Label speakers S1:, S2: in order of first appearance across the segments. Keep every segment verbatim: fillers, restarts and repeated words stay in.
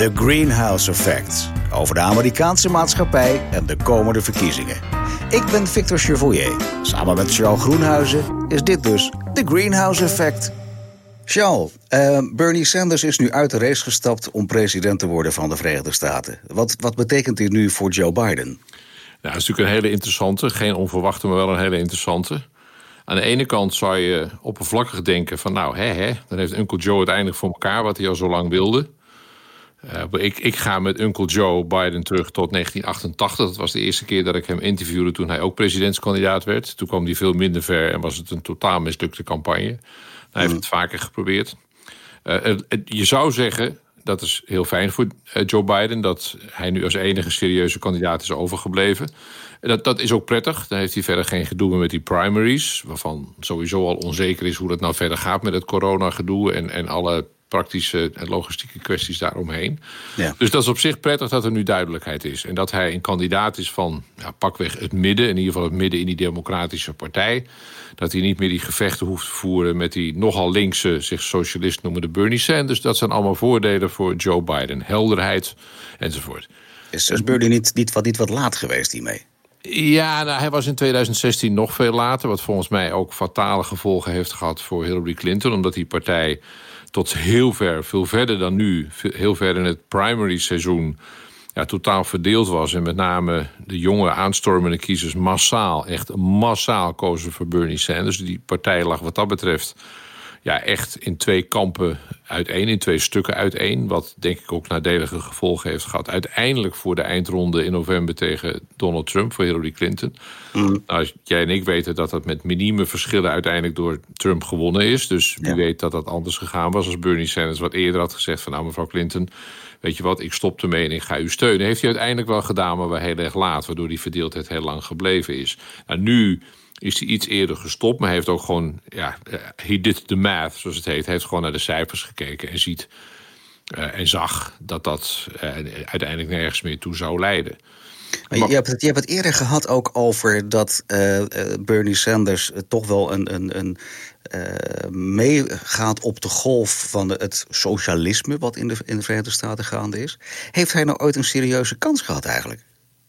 S1: The Greenhouse Effect. Over de Amerikaanse maatschappij en de komende verkiezingen. Ik ben Victor Chevoyer. Samen met Charles Groenhuizen is dit dus The Greenhouse Effect. Charles, uh, Bernie Sanders is nu uit de race gestapt om president te worden van de Verenigde Staten. Wat, wat betekent dit nu voor Joe Biden?
S2: Nou, dat is natuurlijk een hele interessante, geen onverwachte, maar wel een hele interessante. Aan de ene kant zou je oppervlakkig denken van nou, hè, hè, dan heeft Uncle Joe uiteindelijk voor elkaar wat hij al zo lang wilde. Uh, ik, ik ga met Uncle Joe Biden terug tot negentien achtentachtig. Dat was de eerste keer dat ik hem interviewde toen hij ook presidentskandidaat werd. Toen kwam hij veel minder ver en was het een totaal mislukte campagne. Hij heeft het vaker geprobeerd. Uh, je zou zeggen, dat is heel fijn voor Joe Biden, dat hij nu als enige serieuze kandidaat is overgebleven. Dat, dat is ook prettig. Dan heeft hij verder geen gedoe meer met die primaries, waarvan sowieso al onzeker is hoe dat nou verder gaat met het coronagedoe en, en alle praktische en logistieke kwesties daaromheen. Ja. Dus dat is op zich prettig dat er nu duidelijkheid is. En dat hij een kandidaat is van ja, pakweg het midden, in ieder geval het midden in die democratische partij. Dat hij niet meer die gevechten hoeft te voeren met die nogal linkse, zich socialist noemende Bernie Sanders. Dat zijn allemaal voordelen voor Joe Biden. Helderheid enzovoort.
S1: Is, is Bernie niet, niet, wat, niet wat laat geweest hiermee?
S2: Ja, nou, hij was in tweeduizend zestien nog veel later, wat volgens mij ook fatale gevolgen heeft gehad voor Hillary Clinton, omdat die partij tot heel ver, veel verder dan nu, heel ver in het primary seizoen, ja, totaal verdeeld was. En met name de jonge aanstormende kiezers massaal, echt massaal kozen voor Bernie Sanders. Die partij lag wat dat betreft ja, echt in twee kampen uiteen, in twee stukken uiteen. Wat denk ik ook nadelige gevolgen heeft gehad. Uiteindelijk voor de eindronde in november tegen Donald Trump, voor Hillary Clinton. Mm. Nou, jij en ik weten dat dat met minieme verschillen uiteindelijk door Trump gewonnen is. Dus wie ja. weet dat dat anders gegaan was als Bernie Sanders wat eerder had gezegd van nou mevrouw Clinton, weet je wat, ik stop ermee en ik ga u steunen. Heeft hij uiteindelijk wel gedaan, maar wel heel erg laat, waardoor die verdeeldheid heel lang gebleven is. Nou, nu is hij iets eerder gestopt, maar hij heeft ook gewoon, ja, he did the math, zoals het heet. Hij heeft gewoon naar de cijfers gekeken en ziet uh, en zag dat dat uh, uiteindelijk nergens meer toe zou leiden.
S1: Maar maar, je, hebt het, je hebt het eerder gehad ook over dat uh, uh, Bernie Sanders uh, toch wel een, een, een uh, meegaat op de golf van de, het socialisme wat in de, in de Verenigde Staten gaande is. Heeft hij nou ooit een serieuze kans gehad eigenlijk?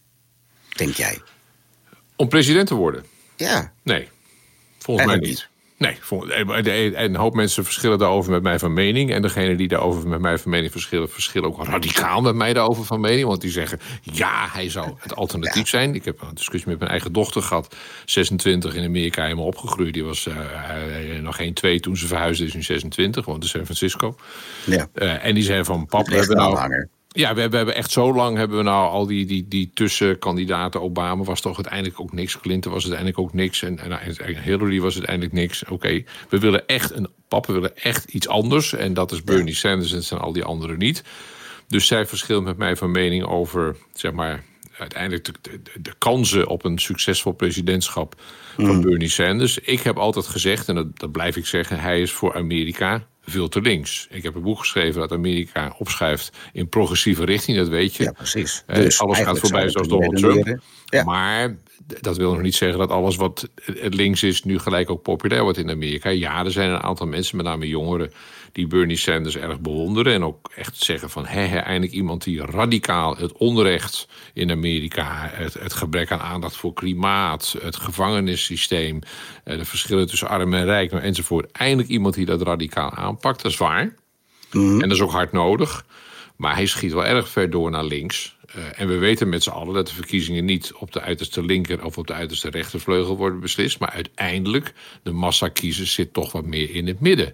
S1: Denk jij?
S2: Om president te worden?
S1: Ja.
S2: Nee, volgens mij niet. Nee, een hoop mensen verschillen daarover met mij van mening. En degenen die daarover met mij van mening verschillen, verschillen ook radicaal met mij daarover van mening. Want die zeggen, ja, hij zou het alternatief ja. zijn. Ik heb een discussie met mijn eigen dochter gehad. zesentwintig in Amerika, helemaal opgegroeid. Die was uh, nog geen twee toen ze verhuisde, is nu zesentwintig. Woont in San Francisco. Ja. Uh, en die zei van, pap, we hebben nou... Ja, we hebben echt zo lang hebben we nou al die, die, die tussenkandidaten. Obama was toch uiteindelijk ook niks. Clinton was uiteindelijk ook niks. En, en Hillary was uiteindelijk niks. Oké, okay. we willen echt een pap, we willen echt iets anders. En dat is Bernie Sanders en dat zijn al die anderen niet. Dus zij verschillen met mij van mening over, zeg maar, uiteindelijk de, de, de kansen op een succesvol presidentschap van mm. Bernie Sanders. Ik heb altijd gezegd, en dat, dat blijf ik zeggen, hij is voor Amerika veel te links. Ik heb een boek geschreven dat Amerika opschuift in progressieve richting, dat weet je.
S1: Ja, precies.
S2: Dus alles gaat voorbij zoals Donald Trump. Ja. Maar dat wil nog niet zeggen dat alles wat links is nu gelijk ook populair wordt in Amerika. Ja, er zijn een aantal mensen, met name jongeren, die Bernie Sanders erg bewonderen en ook echt zeggen van, hé, eindelijk iemand die radicaal het onrecht in Amerika, het, het gebrek aan aandacht voor klimaat, het gevangenissysteem, de verschillen tussen arm en rijk enzovoort, eindelijk iemand die dat radicaal aanpakt. Dat is waar. Mm-hmm. En dat is ook hard nodig. Maar hij schiet wel erg ver door naar links. Uh, en we weten met z'n allen dat de verkiezingen niet op de uiterste linker of op de uiterste rechtervleugel worden beslist. Maar uiteindelijk, de massa kiezers zit toch wat meer in het midden.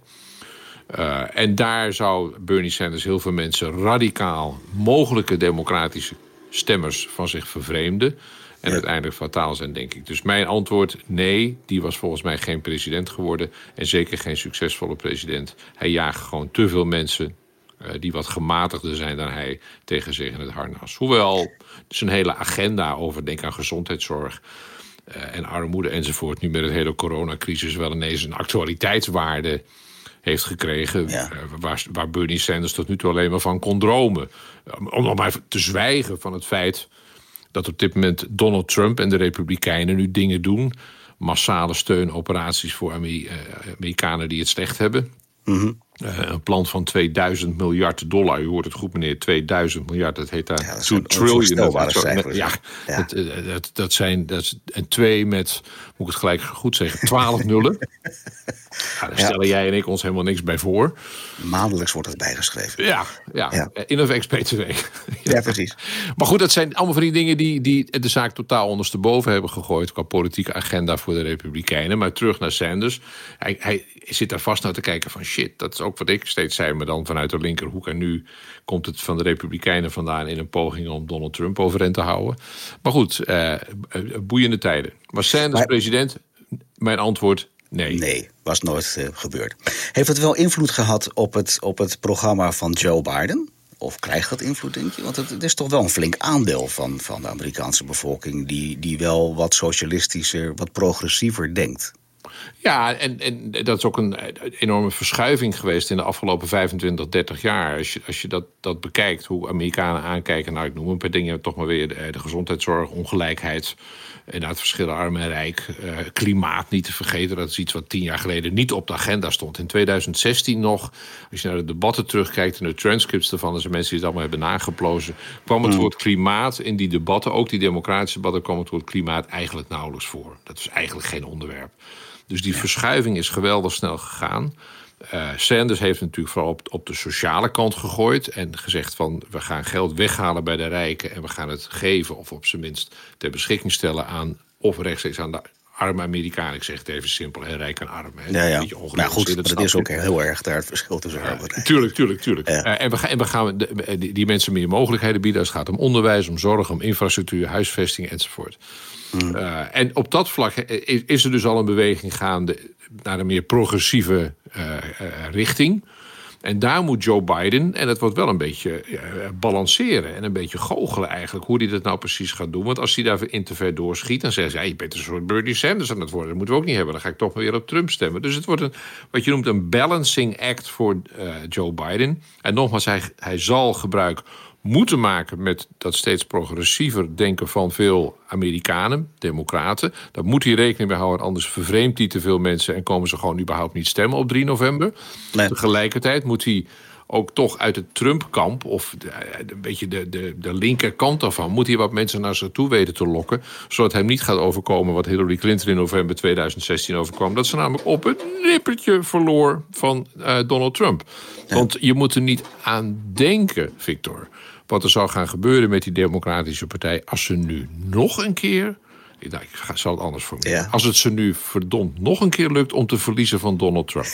S2: Uh, en daar zou Bernie Sanders heel veel mensen radicaal mogelijke democratische stemmers van zich vervreemden. En ja. uiteindelijk fataal zijn, denk ik. Dus mijn antwoord, nee, die was volgens mij geen president geworden. En zeker geen succesvolle president. Hij jaagt gewoon te veel mensen uh, die wat gematigder zijn dan hij tegen zich in het harnas. Hoewel zijn hele agenda over, denk aan gezondheidszorg uh, en armoede enzovoort, nu met het hele coronacrisis wel ineens een actualiteitswaarde heeft gekregen, ja. uh, waar, waar Bernie Sanders tot nu toe alleen maar van kon dromen. Um, om nog maar te zwijgen van het feit dat op dit moment Donald Trump en de Republikeinen nu dingen doen, massale steunoperaties voor Amer- uh, Amerikanen die het slecht hebben. Mm-hmm. Uh, een plan van tweeduizend miljard dollar. U hoort het goed, meneer. tweeduizend miljard. Dat heet daar
S1: ja,
S2: two trillion. Dat,
S1: cijfers,
S2: ja, ja. Dat, dat, dat zijn dat is een twee met, moet ik het gelijk goed zeggen, twaalf nullen. Ja, daar stellen ja. jij en ik ons helemaal niks bij voor.
S1: Maandelijks wordt het bijgeschreven.
S2: Ja, ja. ja. In of ex-P T W. ja.
S1: ja, precies.
S2: Maar goed, dat zijn allemaal van die dingen die, die de zaak totaal ondersteboven hebben gegooid qua politieke agenda voor de Republikeinen. Maar terug naar Sanders. Hij, hij zit daar vast naar te kijken van shit, dat is ook wat ik steeds zei, maar dan vanuit de linkerhoek. En nu komt het van de Republikeinen vandaan in een poging om Donald Trump overeind te houden. Maar goed, uh, boeiende tijden. Was Sanders maar, president? Mijn antwoord, nee.
S1: Nee, was nooit uh, gebeurd. Heeft het wel invloed gehad op het, op het programma van Joe Biden? Of krijgt dat invloed, denk je? Want het, het is toch wel een flink aandeel van, van de Amerikaanse bevolking die, die wel wat socialistischer, wat progressiever denkt.
S2: Ja, en, en dat is ook een enorme verschuiving geweest in de afgelopen vijfentwintig, dertig jaar. Als je, als je dat, dat bekijkt, hoe Amerikanen aankijken, nou, ik noem een paar dingen, toch maar weer de, de gezondheidszorg, ongelijkheid, inderdaad verschillen arm en rijk, uh, klimaat niet te vergeten. Dat is iets wat tien jaar geleden niet op de agenda stond. In tweeduizend zestien nog, als je naar de debatten terugkijkt en de transcripts ervan, er zijn mensen die het allemaal hebben nageplozen, kwam het mm. woord klimaat in die debatten, ook die democratische debatten, kwam het woord klimaat eigenlijk nauwelijks voor. Dat was eigenlijk geen onderwerp. Dus die ja. verschuiving is geweldig snel gegaan. Uh, Sanders heeft natuurlijk vooral op, op de sociale kant gegooid en gezegd van we gaan geld weghalen bij de rijken en we gaan het geven of op zijn minst ter beschikking stellen aan of rechtstreeks aan de arme Amerikanen. Ik zeg het even simpel, hè, rijk en arm. Hè.
S1: Ja, ja. Nou goed, dat, dat is ook heel erg daar het verschil tussen arm en rijk.
S2: Tuurlijk, tuurlijk, tuurlijk. Ja. Uh, en, we gaan, en we gaan de, die, die mensen meer mogelijkheden bieden. Het gaat om onderwijs, om zorg, om infrastructuur, huisvesting enzovoort. Hmm. Uh, en op dat vlak is er dus al een beweging gaande naar een meer progressieve uh, uh, richting. En daar moet Joe Biden, en dat wordt wel een beetje uh, balanceren en een beetje goochelen eigenlijk, hoe hij dat nou precies gaat doen. Want als hij daar in te ver doorschiet, dan zeggen ze, ja, je bent een soort Bernie Sanders aan het worden. Dat moeten we ook niet hebben, dan ga ik toch maar weer op Trump stemmen. Dus het wordt een, wat je noemt een balancing act voor uh, Joe Biden. En nogmaals, hij, hij zal gebruik moeten maken met dat steeds progressiever denken van veel Amerikanen, democraten. Daar moet hij rekening mee houden, anders vervreemdt hij te veel mensen en komen ze gewoon überhaupt niet stemmen op drie november. Nee. Tegelijkertijd moet hij ook toch uit het Trump-kamp, of de, een beetje de, de, de linkerkant daarvan, moet hij wat mensen naar zich toe weten te lokken, zodat hem niet gaat overkomen wat Hillary Clinton in november tweeduizend zestien overkwam. Dat ze namelijk op het nippertje verloor van uh, Donald Trump. Ja. Want je moet er niet aan denken, Victor, wat er zou gaan gebeuren met die Democratische Partij als ze nu nog een keer, nou, ik zal het anders formuleren, ja. als het ze nu verdomd nog een keer lukt om te verliezen van Donald Trump.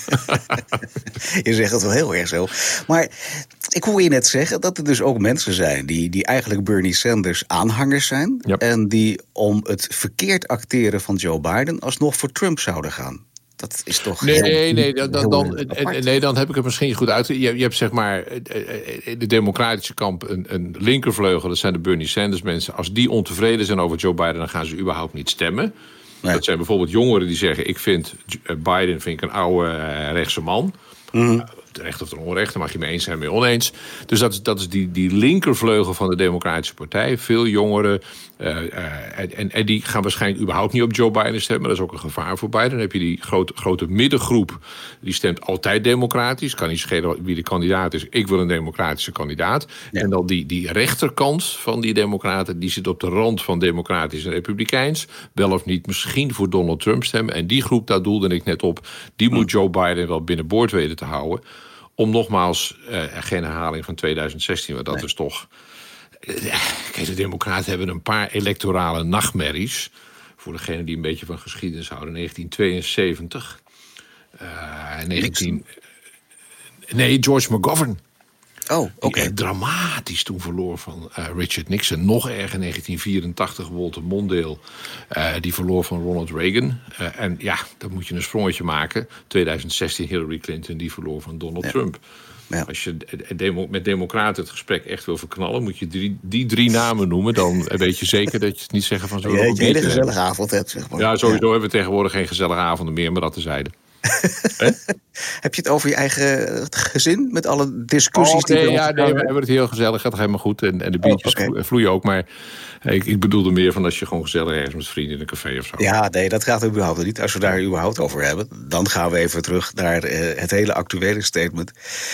S1: Je zegt het wel heel erg zo. Maar ik hoor je net zeggen dat er dus ook mensen zijn die, die eigenlijk Bernie Sanders aanhangers zijn. Ja. En die om het verkeerd acteren van Joe Biden alsnog voor Trump zouden gaan. Dat is toch
S2: nee,
S1: heel,
S2: nee, nee, dan, dan, dan, nee, dan heb ik het misschien goed uit. Je, je hebt zeg maar de democratische kamp een, een linkervleugel. Dat zijn de Bernie Sanders mensen. Als die ontevreden zijn over Joe Biden, dan gaan ze überhaupt niet stemmen. Nee. Dat zijn bijvoorbeeld jongeren die zeggen, ik vind Biden vind ik een oude uh, rechtse man. Mm. Terecht of onrecht, daar mag je mee eens zijn, mee oneens. Dus dat is, dat is die, die linkervleugel van de Democratische Partij. Veel jongeren. Uh, uh, en, en die gaan waarschijnlijk überhaupt niet op Joe Biden stemmen. Dat is ook een gevaar voor Biden. Dan heb je die grote, grote middengroep. Die stemt altijd democratisch. Kan niet schelen wie de kandidaat is. Ik wil een democratische kandidaat. Ja. En dan die, die rechterkant van die democraten, die zit op de rand van democratisch en republikeins. Wel of niet misschien voor Donald Trump stemmen. En die groep, daar doelde ik net op. Die moet Joe Biden wel binnenboord weten te houden. Om nogmaals, uh, geen herhaling van tweeduizend zestien, want dat nee. is toch. Uh, kijk, de Democraten hebben een paar electorale nachtmerries. Voor degenen die een beetje van geschiedenis houden. negentien tweeënzeventig. Uh, negentien Nee, George McGovern.
S1: Oh, oké.
S2: Okay. Die dramatisch toen verloor van uh, Richard Nixon. Nog erger, negentien vierentachtig, Walter Mondale. Uh, die verloor van Ronald Reagan. Uh, en ja, dan moet je een sprongetje maken. tweeduizend zestien Hillary Clinton, die verloor van Donald ja. Trump. Ja. Als je demo, met democraten het gesprek echt wil verknallen, moet je drie, die drie namen noemen. Dan weet je zeker dat je het niet zeggen van zo.
S1: Ja, dat je een hele gezellige avond hebt, zeg maar.
S2: Ja, sowieso ja. hebben we tegenwoordig geen gezellige avonden meer, maar dat tezijde.
S1: Heb je het over je eigen gezin? Met alle discussies
S2: oh, nee,
S1: die...
S2: Ja, nee, we hebben het heel gezellig. Het gaat helemaal goed. En, en de biertjes oh, okay. vloeien ook. Maar ik, ik bedoelde meer van als je gewoon gezellig ergens met vrienden in een café of zo.
S1: Ja, nee, dat gaat überhaupt niet. Als we daar überhaupt over hebben, dan gaan we even terug naar uh, het hele actuele statement.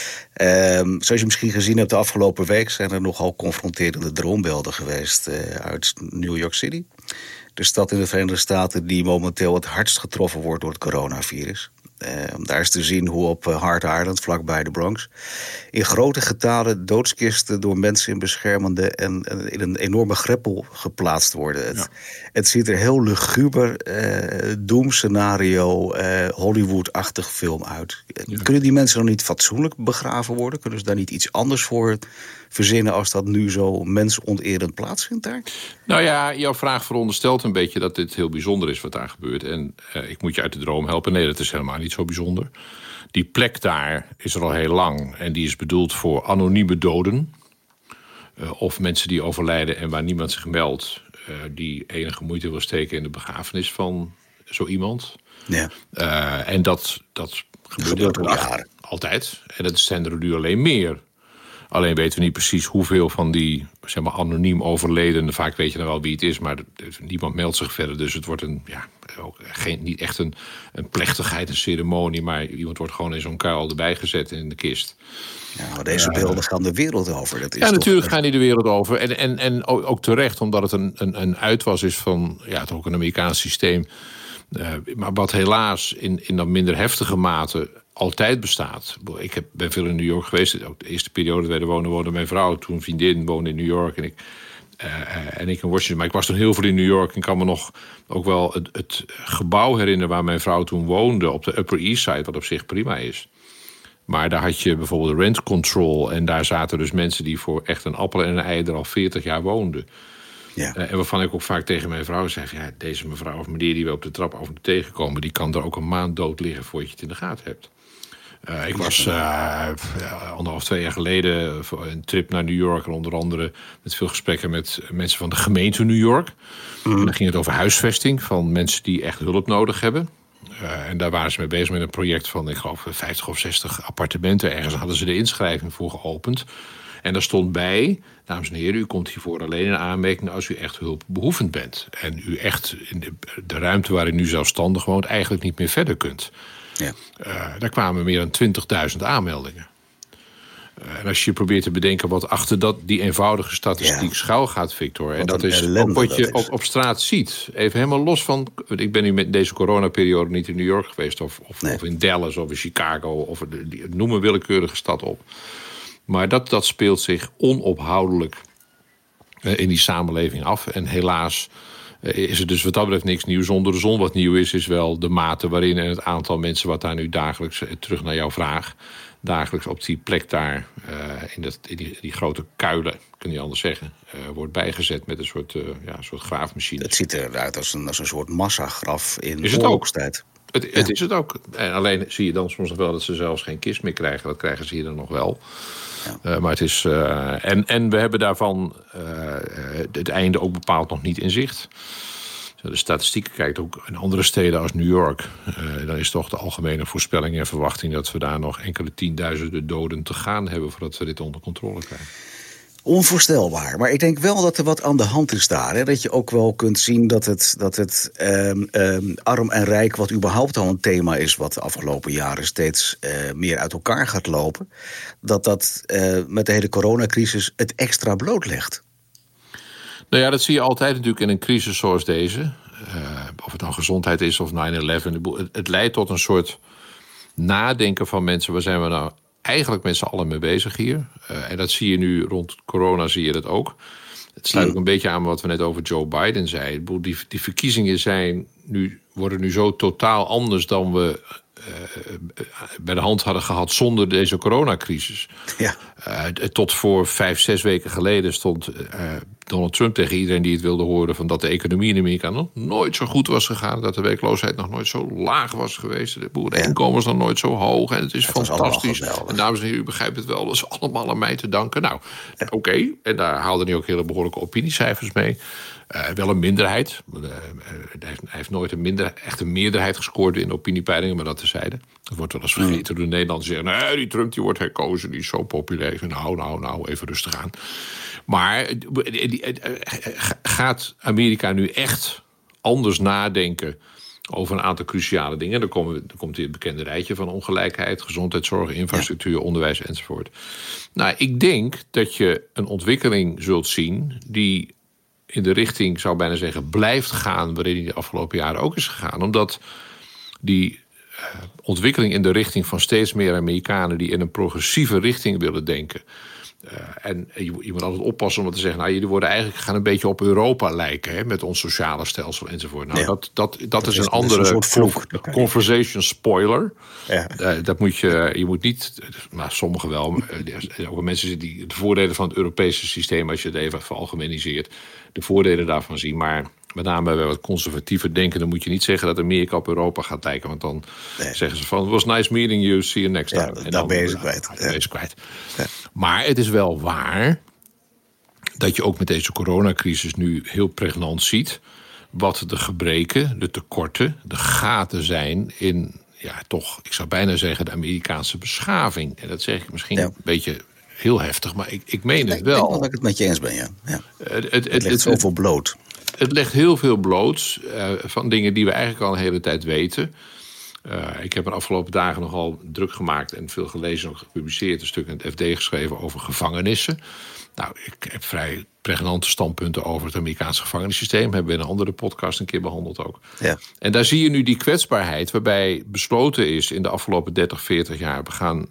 S1: Um, zoals je misschien gezien hebt, de afgelopen week zijn er nogal confronterende droombeelden geweest uh, uit New York City. De stad in de Verenigde Staten die momenteel het hardst getroffen wordt door het coronavirus. Uh, daar is te zien hoe op Hart Island, vlakbij de Bronx, in grote getalen doodskisten door mensen in beschermende en uh, in een enorme greppel geplaatst worden. Het, ja. het ziet er heel luguber, uh, doemscenario, uh, Hollywood-achtig film uit. Ja. Kunnen die mensen dan niet fatsoenlijk begraven worden? Kunnen ze daar niet iets anders voor verzinnen als dat nu zo mensonterend plaatsvindt daar?
S2: Nou ja, jouw vraag veronderstelt een beetje dat dit heel bijzonder is wat daar gebeurt. En uh, ik moet je uit de droom helpen. Nee, dat is helemaal niet zo bijzonder. Die plek daar is er al heel lang. En die is bedoeld voor anonieme doden. Uh, of mensen die overlijden en waar niemand zich meldt. Uh, die enige moeite wil steken in de begrafenis van zo iemand. Ja. Uh, en dat, dat gebeurt, gebeurt al jaren. Altijd. En dat zijn er nu alleen meer. Alleen weten we niet precies hoeveel van die, zeg maar, anoniem overledenen. Vaak weet je dan wel wie het is, maar niemand meldt zich verder. Dus het wordt een, ja, ook geen, niet echt een, een plechtigheid, een ceremonie. Maar iemand wordt gewoon in zo'n kuil erbij gezet in de kist.
S1: Ja, maar deze beelden uh, gaan de wereld over. Dat is
S2: ja,
S1: toch...
S2: natuurlijk gaan die de wereld over. En, en, en ook, ook terecht, omdat het een, een, een uitwas is van, ja, toch ook een Amerikaans systeem. Uh, maar wat helaas in, in dan minder heftige mate altijd bestaat. Ik heb, ben veel in New York geweest. Ook de eerste periode dat wij er woonden, woonde mijn vrouw. Toen een vriendin woonde in New York. En ik, uh, en ik in Washington. Maar ik was toen heel veel in New York. En kan me nog ook wel het, het gebouw herinneren waar mijn vrouw toen woonde. Op de Upper East Side, wat op zich prima is. Maar daar had je bijvoorbeeld rent control. En daar zaten dus mensen die voor echt een appel en een ei er al veertig jaar woonden. Ja. Uh, en waarvan ik ook vaak tegen mijn vrouw zeg... ja, deze mevrouw of meneer die we op de trap af en toe tegenkomen... die kan er ook een maand dood liggen voordat je het in de gaten hebt. Uh, ik was uh, anderhalf, twee jaar geleden voor een trip naar New York... en onder andere met veel gesprekken met mensen van de gemeente New York. Mm. En dan ging het over huisvesting van mensen die echt hulp nodig hebben. Uh, en daar waren ze mee bezig met een project van, ik geloof, vijftig of zestig appartementen. Ergens hadden ze de inschrijving voor geopend. En daar stond bij, dames en heren, u komt hiervoor alleen in aanmerking als u echt hulpbehoevend bent. En u echt in de, de ruimte waarin u zelfstandig woont eigenlijk niet meer verder kunt. Ja. Uh, daar kwamen meer dan twintigduizend aanmeldingen. Uh, en als je probeert te bedenken wat achter dat, die eenvoudige statistiek ja. schuil gaat, Victor. Wat en dat is ook wat je op, op straat ziet. Even helemaal los van... Ik ben nu met deze coronaperiode niet in New York geweest... of, of, nee. of in Dallas of in Chicago... of noem een willekeurige stad op. Maar dat, dat speelt zich onophoudelijk uh, in die samenleving af. En helaas uh, is er dus wat dat betreft niks nieuws onder de zon. Wat nieuw is, is wel de mate waarin en het aantal mensen... wat daar nu dagelijks, terug naar jouw vraag... dagelijks op die plek daar, uh, in, dat, in die, die grote kuilen, kun je anders zeggen... Uh, wordt bijgezet met een soort, uh, ja, een soort graafmachine.
S1: Het ziet eruit als een, als een soort massagraf in oorlogstijd.
S2: Het, het ja. is het ook. En alleen zie je dan soms nog wel dat ze zelfs geen kist meer krijgen. Dat krijgen ze hier dan nog wel. Ja. Uh, maar het is... Uh, en, en we hebben daarvan uh, het einde ook bepaald nog niet in zicht. De statistieken kijkt ook in andere steden als New York. Uh, dan is toch de algemene voorspelling en verwachting... dat we daar nog enkele tienduizenden doden te gaan hebben... voordat we dit onder controle krijgen.
S1: Onvoorstelbaar. Maar ik denk wel dat er wat aan de hand is daar. Hè? Dat je ook wel kunt zien dat het, dat het um, um, arm en rijk... wat überhaupt al een thema is... wat de afgelopen jaren steeds uh, meer uit elkaar gaat lopen... dat dat uh, met de hele coronacrisis het extra blootlegt.
S2: Nou ja, dat zie je altijd natuurlijk in een crisis zoals deze. Uh, of het nou gezondheid is of nine eleven. Het, het leidt tot een soort nadenken van mensen. Waar zijn we nou eigenlijk met z'n allen mee bezig hier? Uh, en dat zie je nu rond corona, zie je dat ook. Het sluit ook een beetje aan wat we net over Joe Biden zeiden. Die, die verkiezingen zijn nu, worden nu zo totaal anders dan we... Uh, bij de hand hadden gehad zonder deze coronacrisis. Ja. Uh, tot voor vijf, zes weken geleden stond uh, Donald Trump tegen iedereen die het wilde horen... van dat de economie in Amerika nog nooit zo goed was gegaan... dat de werkloosheid nog nooit zo laag was geweest... de boereninkomens nog nooit zo hoog... en het is het fantastisch. En dames en heren, u begrijpt het wel, dat is allemaal aan mij te danken. Nou, ja. oké, okay. En daar haalde hij ook hele behoorlijke opiniecijfers mee... Uh, wel een minderheid. Uh, hij, heeft, hij heeft nooit een minder, echt een meerderheid gescoord in opiniepeilingen, maar dat terzijde. Dat wordt wel eens vergeten door de Nederlanders. Die zeggen, nee, die Trump die wordt herkozen, die is zo populair. Nou, nou, nou, even rustig aan. Maar gaat Amerika nu echt anders nadenken over een aantal cruciale dingen? Dan, komen we, dan komt hier het bekende rijtje van ongelijkheid, gezondheidszorg, infrastructuur, ja. onderwijs enzovoort. Nou, ik denk dat je een ontwikkeling zult zien die in de richting, zou ik bijna zeggen, blijft gaan waarin die de afgelopen jaren ook is gegaan. Omdat die uh, ontwikkeling in de richting van steeds meer Amerikanen die in een progressieve richting willen denken. Uh, en je, je moet altijd oppassen om te zeggen, nou, jullie worden eigenlijk gaan een beetje op Europa lijken, hè, met ons sociale stelsel enzovoort. Nou, ja. dat, dat, dat, dat is een andere een soort vloek. Conversation spoiler. Ja. Uh, dat moet je, je moet niet, nou, sommigen wel, uh, ook mensen die de voordelen van het Europese systeem, als je het even veralgemeniseert, de voordelen daarvan zien, maar met name bij wat conservatiever denken, dan moet je niet zeggen dat Amerika op Europa gaat lijken. Want dan nee. zeggen ze van, it was nice meeting you, see you next time.
S3: Ja, en dan ben je ze kwijt.
S2: Ja. Ben je ze kwijt. Ja. Maar het is wel waar dat je ook met deze coronacrisis nu heel pregnant ziet wat de gebreken, de tekorten, de gaten zijn in, ja, toch, ik zou bijna zeggen, de Amerikaanse beschaving. En dat zeg ik misschien ja. een beetje heel heftig, maar ik, ik meen
S3: ik
S2: het wel.
S3: Ik denk dat ik het met je eens ben, ja. ja.
S2: Het, het, het,
S3: het legt zoveel bloot.
S2: Het legt heel veel bloot uh, van dingen die we eigenlijk al een hele tijd weten. Uh, ik heb er afgelopen dagen nogal druk gemaakt en veel gelezen en ook gepubliceerd. Een stuk in het F D geschreven over gevangenissen. Nou, ik heb vrij pregnante standpunten over het Amerikaanse gevangenissysteem. Hebben we in een andere podcast een keer behandeld ook. Ja. En daar zie je nu die kwetsbaarheid waarbij besloten is in de afgelopen dertig, veertig jaar. We gaan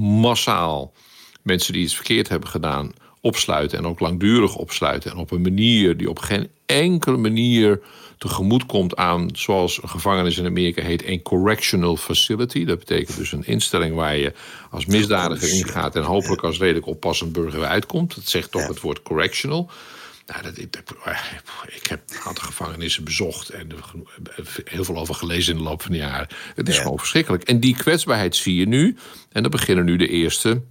S2: massaal mensen die iets verkeerd hebben gedaan opsluiten en ook langdurig opsluiten. En op een manier die op geen enkele manier tegemoet komt aan, zoals een gevangenis in Amerika heet, een correctional facility. Dat betekent dus een instelling waar je als misdadiger ingaat en hopelijk als redelijk oppassend burger weer uitkomt. Dat zegt toch ja. het woord correctional. Nou, dat, ik, ik heb een aantal gevangenissen bezocht en er heel veel over gelezen in de loop van de jaren. Het is ja. gewoon verschrikkelijk. En die kwetsbaarheid zie je nu. En dan beginnen nu de eerste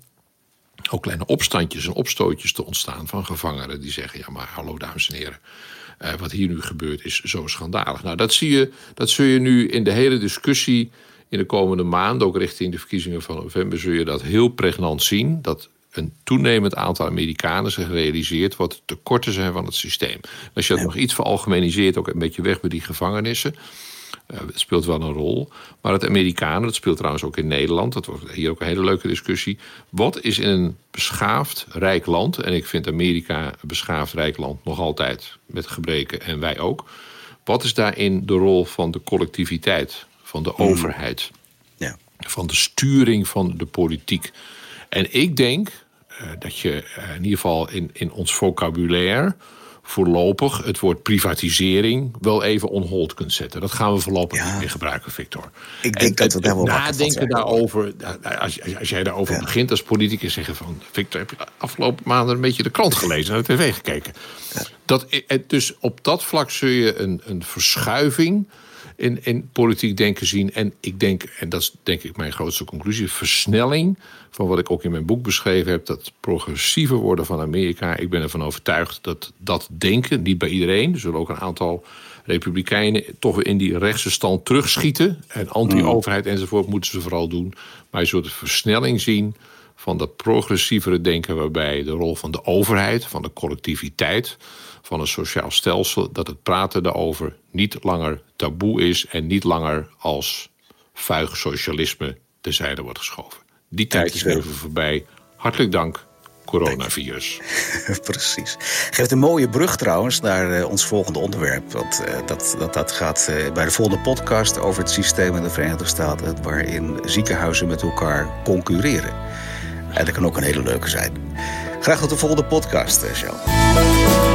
S2: ook kleine opstandjes en opstootjes te ontstaan van gevangenen die zeggen, ja maar hallo dames en heren, uh, wat hier nu gebeurt is zo schandalig. Nou, dat zie je, dat zul je nu in de hele discussie in de komende maanden, ook richting de verkiezingen van november, zul je dat heel pregnant zien, dat een toenemend aantal Amerikanen zich realiseert wat de tekorten zijn van het systeem. Als je dat ja. nog iets veralgemeniseert, ook een beetje weg bij die gevangenissen, Uh, het speelt wel een rol. Maar het Amerikanen, dat speelt trouwens ook in Nederland, dat wordt hier ook een hele leuke discussie. Wat is in een beschaafd, rijk land, en ik vind Amerika een beschaafd, rijk land nog altijd met gebreken en wij ook. Wat is daarin de rol van de collectiviteit, van de overheid, ja. van de sturing van de politiek? En ik denk uh, dat je uh, in ieder geval in, in ons vocabulaire voorlopig het woord privatisering wel even on hold kunt zetten. Dat gaan we voorlopig ja. niet meer gebruiken, Victor.
S3: Ik denk en, dat we daar wel
S2: nadenken daarover, als, als jij daarover ja. begint als politicus, zeggen van, Victor, heb je de afgelopen maanden een beetje de krant gelezen en de tv gekeken? Ja. Dat, dus op dat vlak zul je een, een verschuiving in, in politiek denken zien. En ik denk, en dat is denk ik mijn grootste conclusie, versnelling van wat ik ook in mijn boek beschreven heb, dat progressieve worden van Amerika. Ik ben ervan overtuigd dat dat denken, niet bij iedereen, er zullen ook een aantal republikeinen toch weer in die rechtse stand terugschieten. En anti-overheid enzovoort moeten ze vooral doen. Maar je zult een versnelling zien van dat progressievere denken, waarbij de rol van de overheid, van de collectiviteit, van een sociaal stelsel, dat het praten daarover niet langer taboe is en niet langer als vuig socialisme terzijde wordt geschoven. Die tijd is even voorbij. Hartelijk dank, coronavirus.
S3: Precies. Geeft een mooie brug trouwens naar uh, ons volgende onderwerp. Want uh, dat, dat, dat gaat uh, bij de volgende podcast over het systeem in de Verenigde Staten, waarin ziekenhuizen met elkaar concurreren. En dat kan ook een hele leuke zijn. Graag tot de volgende podcast, uh, Charles.